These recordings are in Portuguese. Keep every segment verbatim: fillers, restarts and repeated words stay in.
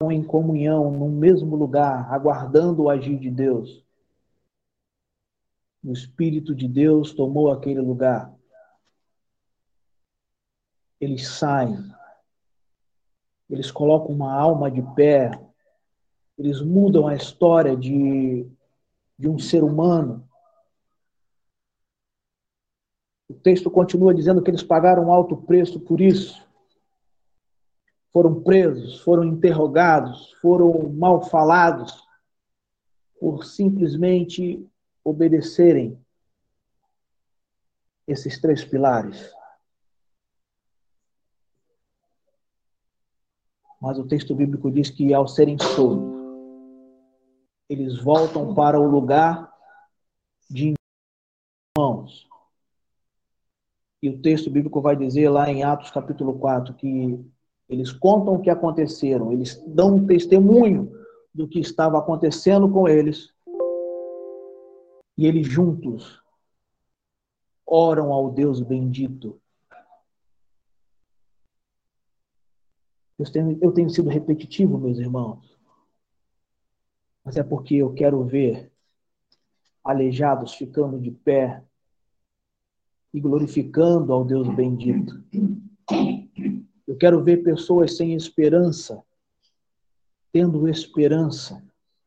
em comunhão, no mesmo lugar, aguardando o agir de Deus. O Espírito de Deus tomou aquele lugar. Eles saem. Eles colocam uma alma de pé. Eles mudam a história de, de um ser humano. O texto continua dizendo que eles pagaram um alto preço por isso. Foram presos, foram interrogados, foram mal falados por simplesmente obedecerem esses três pilares. Mas o texto bíblico diz que ao serem soltos, eles voltam para o lugar de irmãos. E o texto bíblico vai dizer lá em Atos capítulo quatro que eles contam o que aconteceram, eles dão um testemunho do que estava acontecendo com eles. E eles juntos oram ao Deus bendito. Eu tenho, eu tenho sido repetitivo, meus irmãos, mas é porque eu quero ver aleijados ficando de pé e glorificando ao Deus bendito. Eu quero ver pessoas sem esperança, tendo esperança.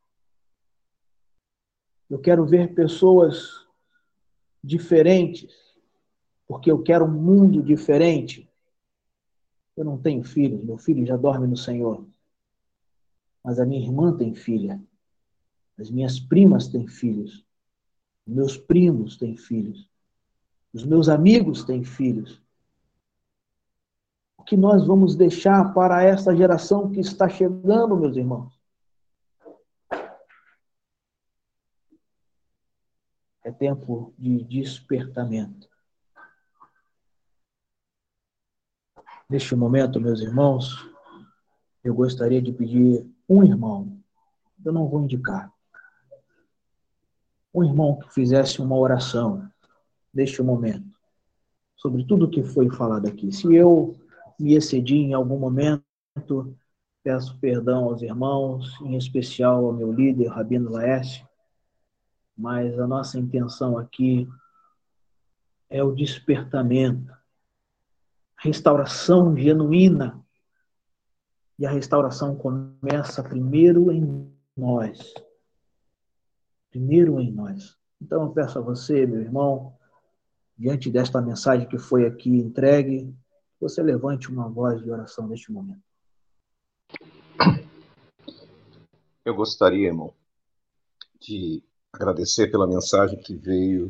Eu quero ver pessoas diferentes, porque eu quero um mundo diferente. Eu não tenho filhos, meu filho já dorme no Senhor. Mas a minha irmã tem filha. As minhas primas têm filhos. Meus primos têm filhos. Os meus amigos têm filhos. O que nós vamos deixar para essa geração que está chegando, meus irmãos? É tempo de despertamento. Neste momento, meus irmãos, eu gostaria de pedir um irmão, eu não vou indicar, um irmão que fizesse uma oração neste momento, sobre tudo o que foi falado aqui. Se eu me excedi em algum momento, peço perdão aos irmãos, em especial ao meu líder, Rabino Laércio, mas a nossa intenção aqui é o despertamento, a restauração genuína. E a restauração começa primeiro em nós. Primeiro em nós. Então eu peço a você, meu irmão, diante desta mensagem que foi aqui entregue, você levante uma voz de oração neste momento. Eu gostaria, irmão, de agradecer pela mensagem que veio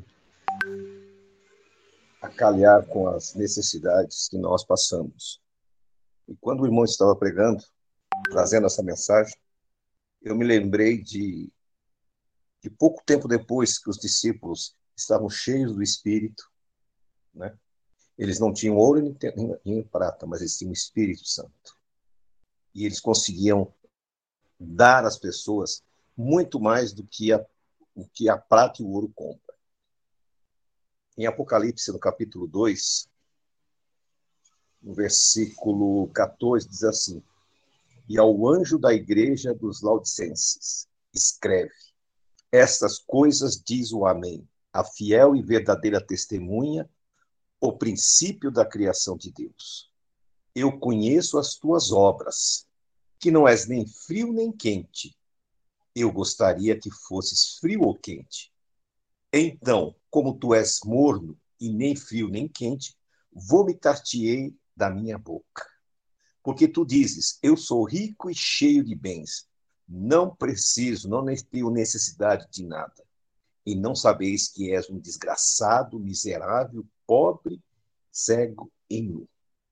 a calhar com as necessidades que nós passamos. E quando o irmão estava pregando, trazendo essa mensagem, eu me lembrei de, de pouco tempo depois que os discípulos estavam cheios do Espírito, né? Eles não tinham ouro nem, nem, nem prata, mas eles tinham o Espírito Santo. E eles conseguiam dar às pessoas muito mais do que a, o que a prata e o ouro compram. Em Apocalipse, no capítulo dois, no versículo catorze, diz assim: e ao anjo da igreja dos Laodicenses, escreve: estas coisas diz o Amém, a fiel e verdadeira testemunha, o princípio da criação de Deus. Eu conheço as tuas obras, que não és nem frio nem quente. Eu gostaria que fosses frio ou quente. Então, como tu és morno e nem frio nem quente, vomitar-te-ei da minha boca. Porque tu dizes, eu sou rico e cheio de bens, não preciso, não tenho necessidade de nada. E não sabeis que és um desgraçado, miserável, pobre, cego e nu.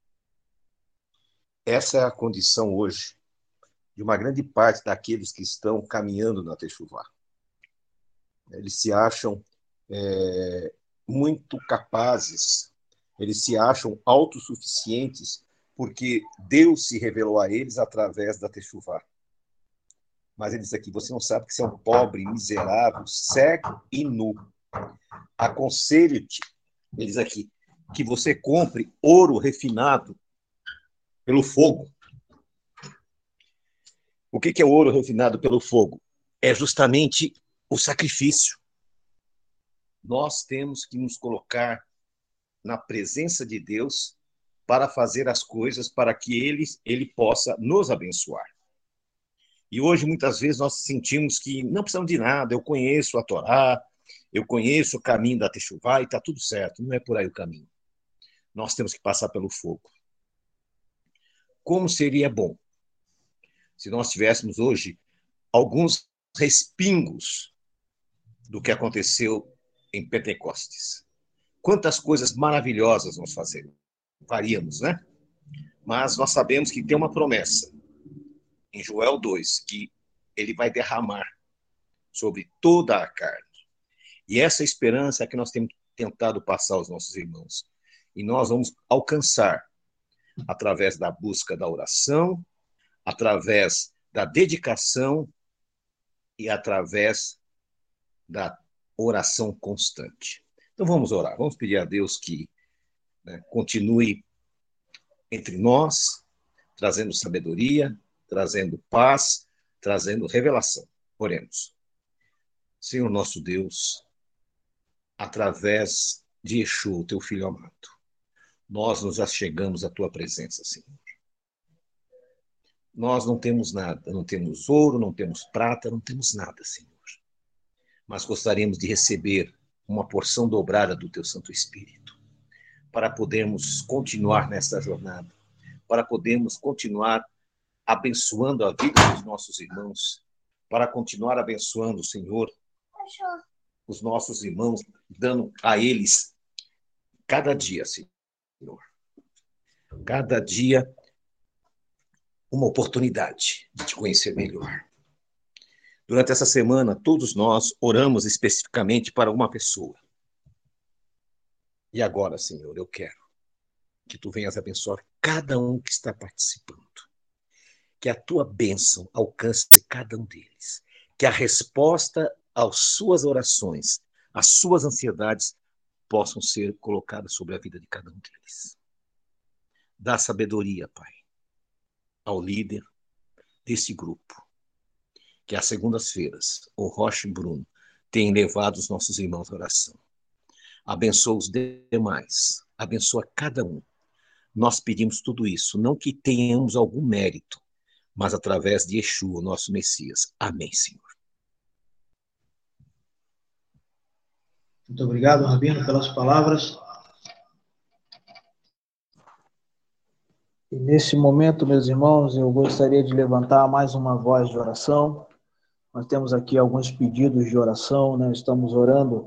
Essa é a condição hoje de uma grande parte daqueles que estão caminhando na Techuvá. Eles se acham é, muito capazes, eles se acham autossuficientes, porque Deus se revelou a eles através da Techuvá. Mas ele diz aqui, você não sabe que você é um pobre, miserável, cego e nu. Aconselho-te, ele diz aqui, que você compre ouro refinado pelo fogo. O que é o ouro refinado pelo fogo? É justamente o sacrifício. Nós temos que nos colocar na presença de Deus para fazer as coisas para que ele, ele possa nos abençoar. E hoje, muitas vezes, nós sentimos que não precisamos de nada, eu conheço a Torá, eu conheço o caminho da Techuvá e está tudo certo. Não é por aí o caminho. Nós temos que passar pelo fogo. Como seria bom se nós tivéssemos hoje alguns respingos do que aconteceu em Pentecostes. Quantas coisas maravilhosas nós fazemos, faríamos, né? Mas nós sabemos que tem uma promessa em Joel dois, que ele vai derramar sobre toda a carne. E essa esperança é que nós temos tentado passar aos nossos irmãos. E nós vamos alcançar através da busca da oração, através da dedicação e através da oração constante. Então vamos orar, vamos pedir a Deus que, né, continue entre nós, trazendo sabedoria, trazendo paz, trazendo revelação. Oremos. Senhor nosso Deus, através de Yeshua, o teu Filho amado, nós nos achegamos à tua presença, Senhor. Nós não temos nada, não temos ouro, não temos prata, não temos nada, Senhor. Mas gostaríamos de receber uma porção dobrada do teu Santo Espírito, para podermos continuar nesta jornada, para podermos continuar abençoando a vida dos nossos irmãos, para continuar abençoando, Senhor, os nossos irmãos, dando a eles cada dia, Senhor, cada dia uma oportunidade de te conhecer melhor. Durante essa semana, todos nós oramos especificamente para uma pessoa. E agora, Senhor, eu quero que tu venhas abençoar cada um que está participando. Que a tua bênção alcance cada um deles. Que a resposta às suas orações, às suas ansiedades, possam ser colocadas sobre a vida de cada um deles. Dá sabedoria, Pai, ao líder desse grupo, que às segundas-feiras, o Rocha e Bruno, tem levado os nossos irmãos à oração. Abençoa os demais, abençoa cada um. Nós pedimos tudo isso, não que tenhamos algum mérito, mas através de Yeshua, nosso Messias. Amém, Senhor. Muito obrigado, Rabino, pelas palavras. E nesse momento, meus irmãos, eu gostaria de levantar mais uma voz de oração. Nós temos aqui alguns pedidos de oração, né? Estamos orando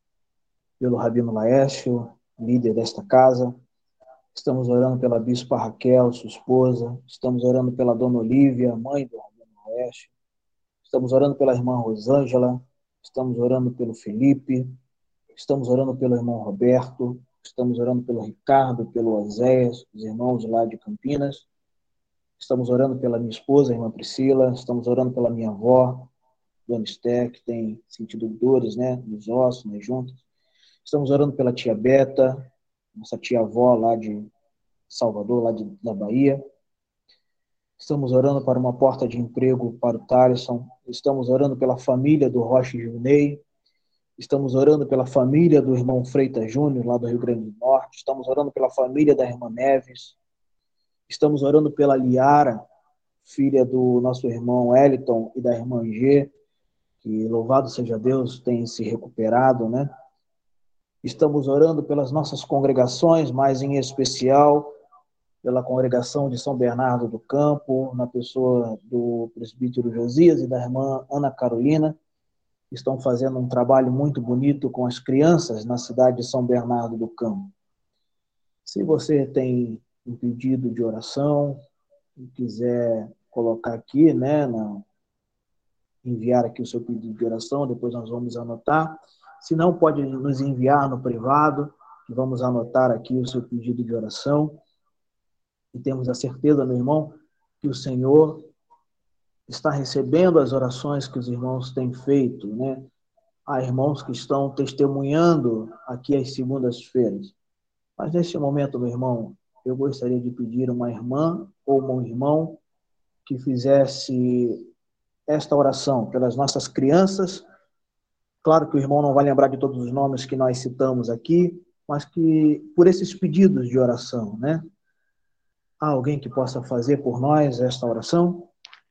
pelo Rabino Laércio, líder desta casa. Estamos orando pela Bispa Raquel, sua esposa. Estamos orando pela Dona Olívia, mãe do Rabino Laércio. Estamos orando pela irmã Rosângela. Estamos orando pelo Felipe. Estamos orando pelo irmão Roberto. Estamos orando pelo Ricardo, pelo Oséias, os irmãos lá de Campinas. Estamos orando pela minha esposa, a irmã Priscila. Estamos orando pela minha avó, Dona Esther, que tem sentido dores, né, nos ossos, nas juntas. Estamos orando pela tia Beta, nossa tia-avó lá de Salvador, lá de, da Bahia. Estamos orando para uma porta de emprego para o Thaleson. Estamos orando pela família do Rocha e Junei. Estamos orando pela família do irmão Freitas Júnior, lá do Rio Grande do Norte. Estamos orando pela família da irmã Neves. Estamos orando pela Liara, filha do nosso irmão Eliton e da irmã G, que, louvado seja Deus, tem se recuperado, né? Estamos orando pelas nossas congregações, mas em especial pela congregação de São Bernardo do Campo, na pessoa do presbítero Josias e da irmã Ana Carolina, que estão fazendo um trabalho muito bonito com as crianças na cidade de São Bernardo do Campo. Se você tem um pedido de oração e quiser colocar aqui, né, na, enviar aqui o seu pedido de oração, depois nós vamos anotar. Se não, pode nos enviar no privado, que vamos anotar aqui o seu pedido de oração. E temos a certeza, meu irmão, que o Senhor está recebendo as orações que os irmãos têm feito, né? Há irmãos que estão testemunhando aqui às segundas-feiras. Mas nesse momento, meu irmão, eu gostaria de pedir uma irmã ou um irmão que fizesse esta oração pelas nossas crianças. Claro que o irmão não vai lembrar de todos os nomes que nós citamos aqui, mas que por esses pedidos de oração, né? Há alguém que possa fazer por nós esta oração?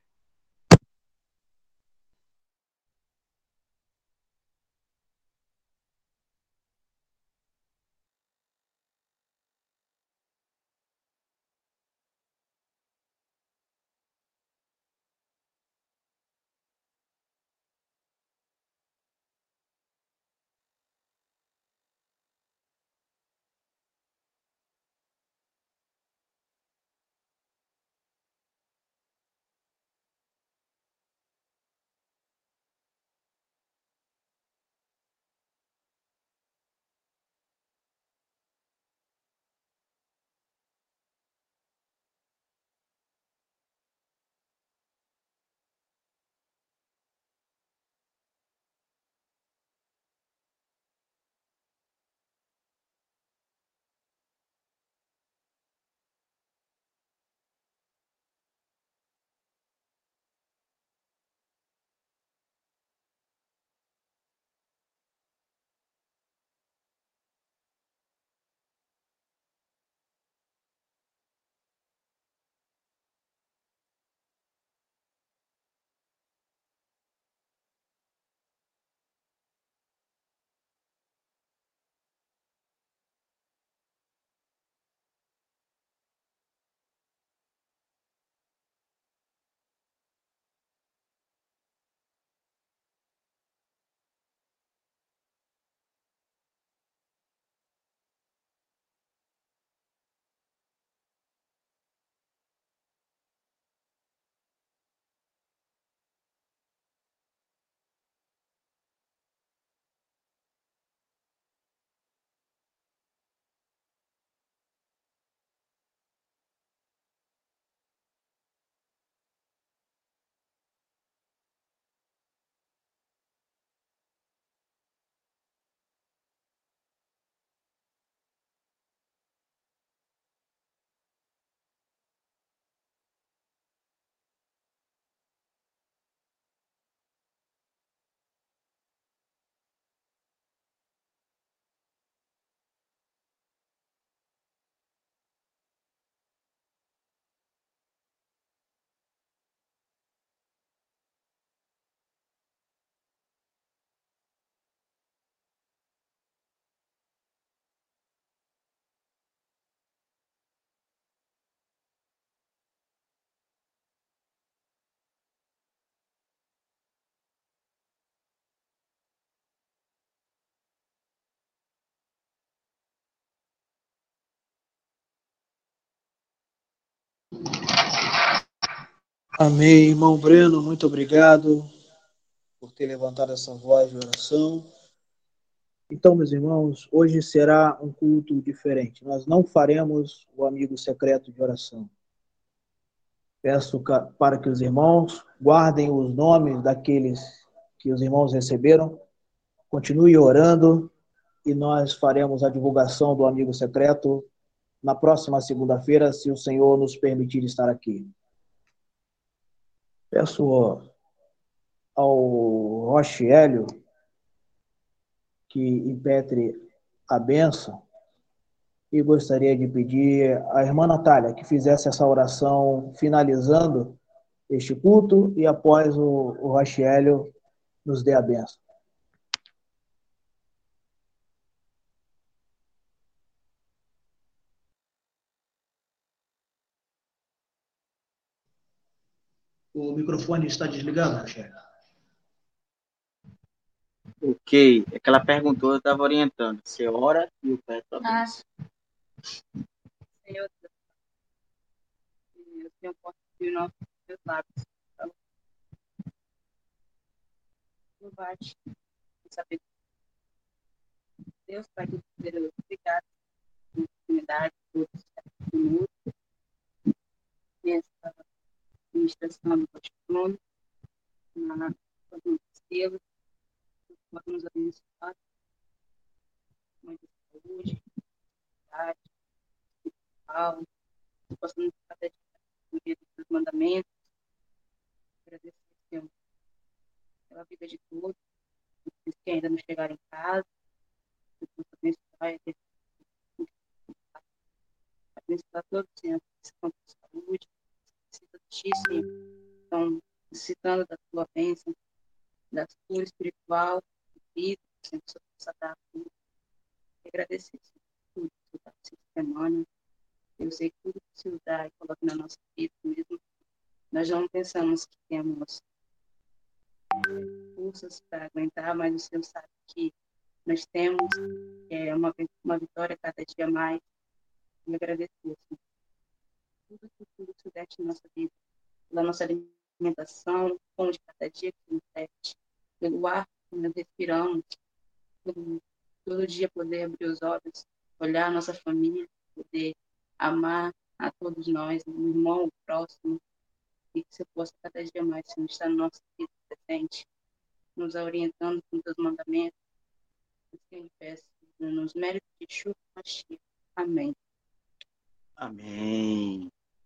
Amém, irmão Breno, muito obrigado por ter levantado essa voz de oração. Então, meus irmãos, hoje será um culto diferente. Nós não faremos o amigo secreto de oração. Peço para que os irmãos guardem os nomes daqueles que os irmãos receberam, continue orando e nós faremos a divulgação do amigo secreto na próxima segunda-feira, se o Senhor nos permitir estar aqui. Peço ao Roche Hélio que impetre a bênção e gostaria de pedir à irmã Natália que fizesse essa oração finalizando este culto e após o, o Roche Hélio nos dê a bênção. O microfone está desligado, Roche Hélio? Ok, é que ela perguntou, eu estava orientando. Você ora e o pé também. Senhor Deus, eu tenho posto de nossos meus lábios. Não bate. Saber Deus, Pai do Poderoso, obrigado pela oportunidade, por estar conosco nessa administração do Vaticano, na Deus, pode nos abençoar, muita saúde, paz, espiritual, que possamos fazer os mandamentos, Senhor, pela vida de todos, os que ainda não chegaram em casa, que tu possa abençoar, abençoar todos, Senhor, que precisam de saúde, que precisam de ti, Senhor, estão necessitando da tua bênção, da cura espiritual, vida, Senhor, que você possa dar tudo. E agradecer, Senhor, por tudo que você dá essa semana. Eu sei que tudo que o Senhor dá e coloca na nossa vida mesmo. Nós não pensamos que temos forças para aguentar, mas o Senhor sabe que nós temos é, uma, uma vitória cada dia mais. E agradecer, Senhor, tudo que tudo que tu deste na nossa vida, pela nossa alimentação, pão de cada dia que tu nos deste, pelo ar que nós respiramos, pelo todo dia poder abrir os olhos, olhar a nossa família, poder amar a todos nós, o irmão, o próximo, e que você possa cada dia mais, Senhor, estar na nossa vida presente, nos orientando com os teus mandamentos, assim eu peço, nos méritos de Yeshua Mashiach. Amém. Amém.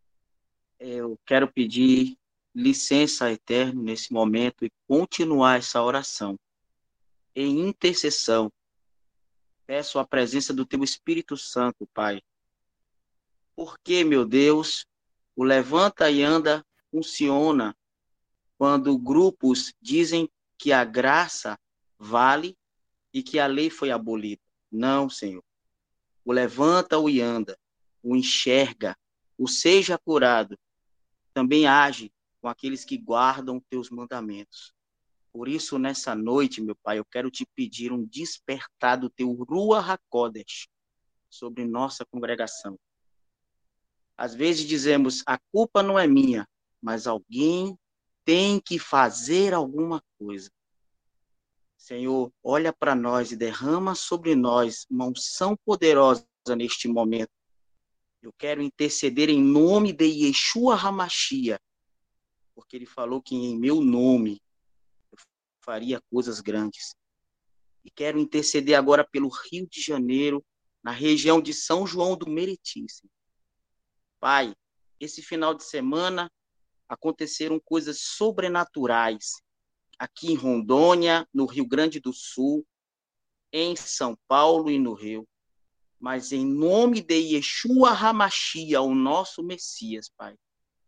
Eu quero pedir licença, Eterno, nesse momento e continuar essa oração em intercessão. Peço a presença do Teu Espírito Santo, Pai. Porque, meu Deus, o levanta e anda funciona quando grupos dizem que a graça vale e que a lei foi abolida. Não, Senhor. O levanta o e anda, o enxerga, o seja curado, também age com aqueles que guardam teus mandamentos. Por isso, nessa noite, meu Pai, eu quero te pedir um despertar do teu Ruach HaKodesh sobre nossa congregação. Às vezes dizemos, a culpa não é minha, mas alguém tem que fazer alguma coisa. Senhor, olha para nós e derrama sobre nós uma unção poderosa neste momento. Eu quero interceder em nome de Yeshua HaMashiach, porque ele falou que em meu nome eu faria coisas grandes. E quero interceder agora pelo Rio de Janeiro, na região de São João do Meriti. Pai, esse final de semana aconteceram coisas sobrenaturais aqui em Rondônia, no Rio Grande do Sul, em São Paulo e no Rio. Mas em nome de Yeshua HaMashiach, o nosso Messias, Pai,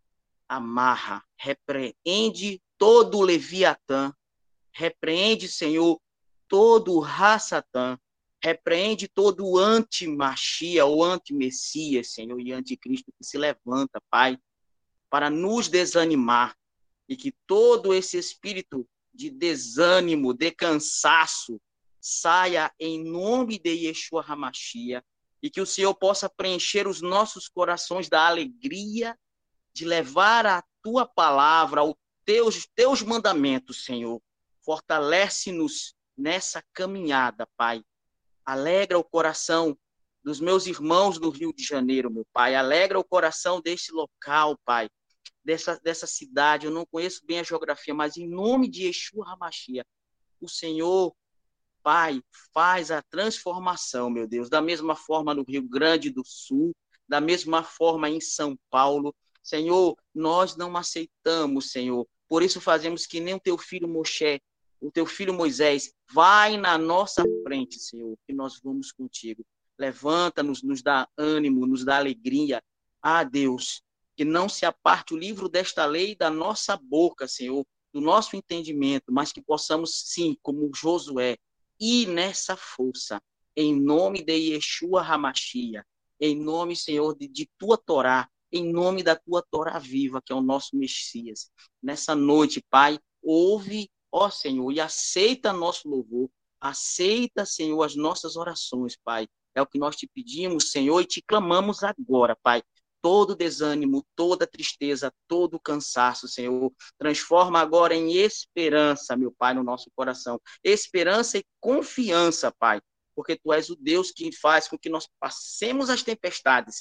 amarra, repreende todo o Leviatã, repreende, Senhor, todo o Ra-Satã, repreende todo o anti-Machia, o anti-Messias, Senhor, e anticristo que se levanta, Pai, para nos desanimar, e que todo esse espírito de desânimo, de cansaço, saia em nome de Yeshua HaMashiach, e que o Senhor possa preencher os nossos corações da alegria de levar a tua palavra, os teus, teus mandamentos, Senhor. Fortalece-nos nessa caminhada, Pai. Alegra o coração dos meus irmãos do Rio de Janeiro, meu Pai. Alegra o coração desse local, Pai. Dessa, dessa cidade. Eu não conheço bem a geografia, mas em nome de Yeshua HaMashiach, o Senhor, Pai, faz a transformação, meu Deus, da mesma forma no Rio Grande do Sul, da mesma forma em São Paulo. Senhor, nós não aceitamos, Senhor. Por isso fazemos que nem o teu filho Moshe, o teu filho Moisés, vai na nossa frente, Senhor, que nós vamos contigo. Levanta-nos, nos dá ânimo, nos dá alegria. Ah, Deus, que não se aparte o livro desta lei da nossa boca, Senhor, do nosso entendimento, mas que possamos, sim, como Josué, ir nessa força, em nome de Yeshua HaMashiach, em nome, Senhor, de, de tua Torá, em nome da tua Torá viva, que é o nosso Messias. Nessa noite, Pai, ouve, ó Senhor, e aceita nosso louvor, aceita, Senhor, as nossas orações, Pai. É o que nós te pedimos, Senhor, e te clamamos agora, Pai. Todo desânimo, toda tristeza, todo cansaço, Senhor, transforma agora em esperança, meu Pai, no nosso coração. Esperança e confiança, Pai, porque Tu és o Deus que faz com que nós passemos as tempestades.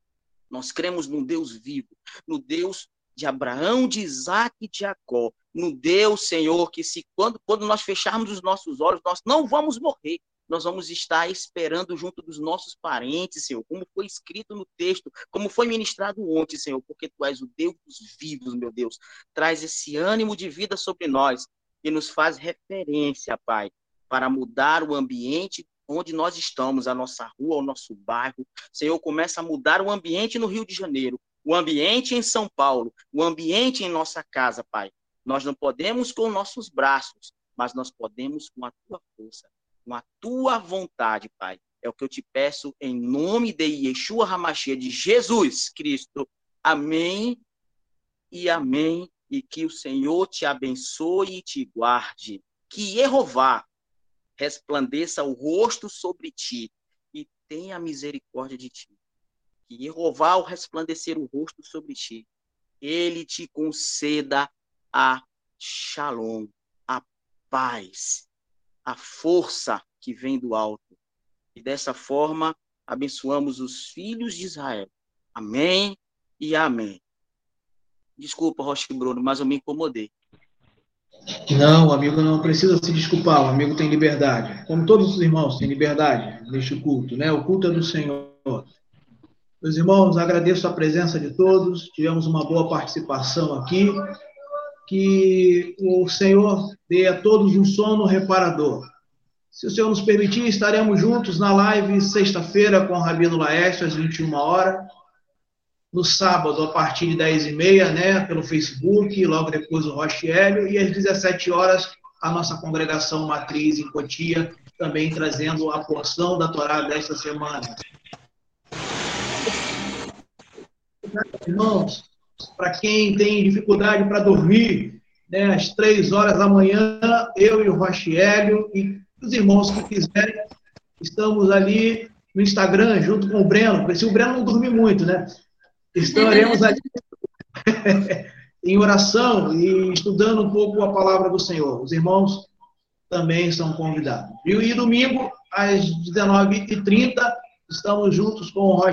Nós cremos no Deus vivo, no Deus de Abraão, de Isaac e de Jacó, no Deus, Senhor, que se quando, quando nós fecharmos os nossos olhos, nós não vamos morrer, nós vamos estar esperando junto dos nossos parentes, Senhor, como foi escrito no texto, como foi ministrado ontem, Senhor, porque Tu és o Deus dos vivos, meu Deus. Traz esse ânimo de vida sobre nós e nos faz referência, Pai, para mudar o ambiente onde nós estamos, a nossa rua, o nosso bairro. Senhor, começa a mudar o ambiente no Rio de Janeiro, o ambiente em São Paulo, o ambiente em nossa casa, Pai. Nós não podemos com nossos braços, mas nós podemos com a Tua força, com a Tua vontade, Pai. É o que eu te peço em nome de Yeshua HaMashiach, de Jesus Cristo. Amém e amém. E que o Senhor te abençoe e te guarde. Que Jeová resplandeça o rosto sobre ti e tenha misericórdia de ti. Que Jeová, ao resplandecer o rosto sobre ti, ele te conceda a shalom, a paz, a força que vem do alto. E dessa forma, abençoamos os filhos de Israel. Amém e amém. Desculpa, Rocha Bruno, mas eu me incomodei. Não, o amigo não precisa se desculpar, o amigo tem liberdade. Como todos os irmãos têm liberdade neste culto, né? O culto é do Senhor. Meus irmãos, agradeço a presença de todos, tivemos uma boa participação aqui. Que o Senhor dê a todos um sono reparador. Se o Senhor nos permitir, estaremos juntos na live sexta-feira com o Rabino Laércio, às vinte e uma horas. No sábado, a partir de dez e meia, né, pelo Facebook, logo depois o Roche Hélio, e às dezessete horas, a nossa congregação matriz em Cotia, também trazendo a porção da Torá desta semana. Irmãos, para quem tem dificuldade para dormir, né, às três horas da manhã, eu e o Roche Hélio, e os irmãos que quiserem, estamos ali no Instagram, junto com o Breno, porque se o Breno não dormir muito, né? Estaremos ali em oração e estudando um pouco a palavra do Senhor. Os irmãos também são convidados. E domingo, às dezenove e trinta, estamos juntos com o Roche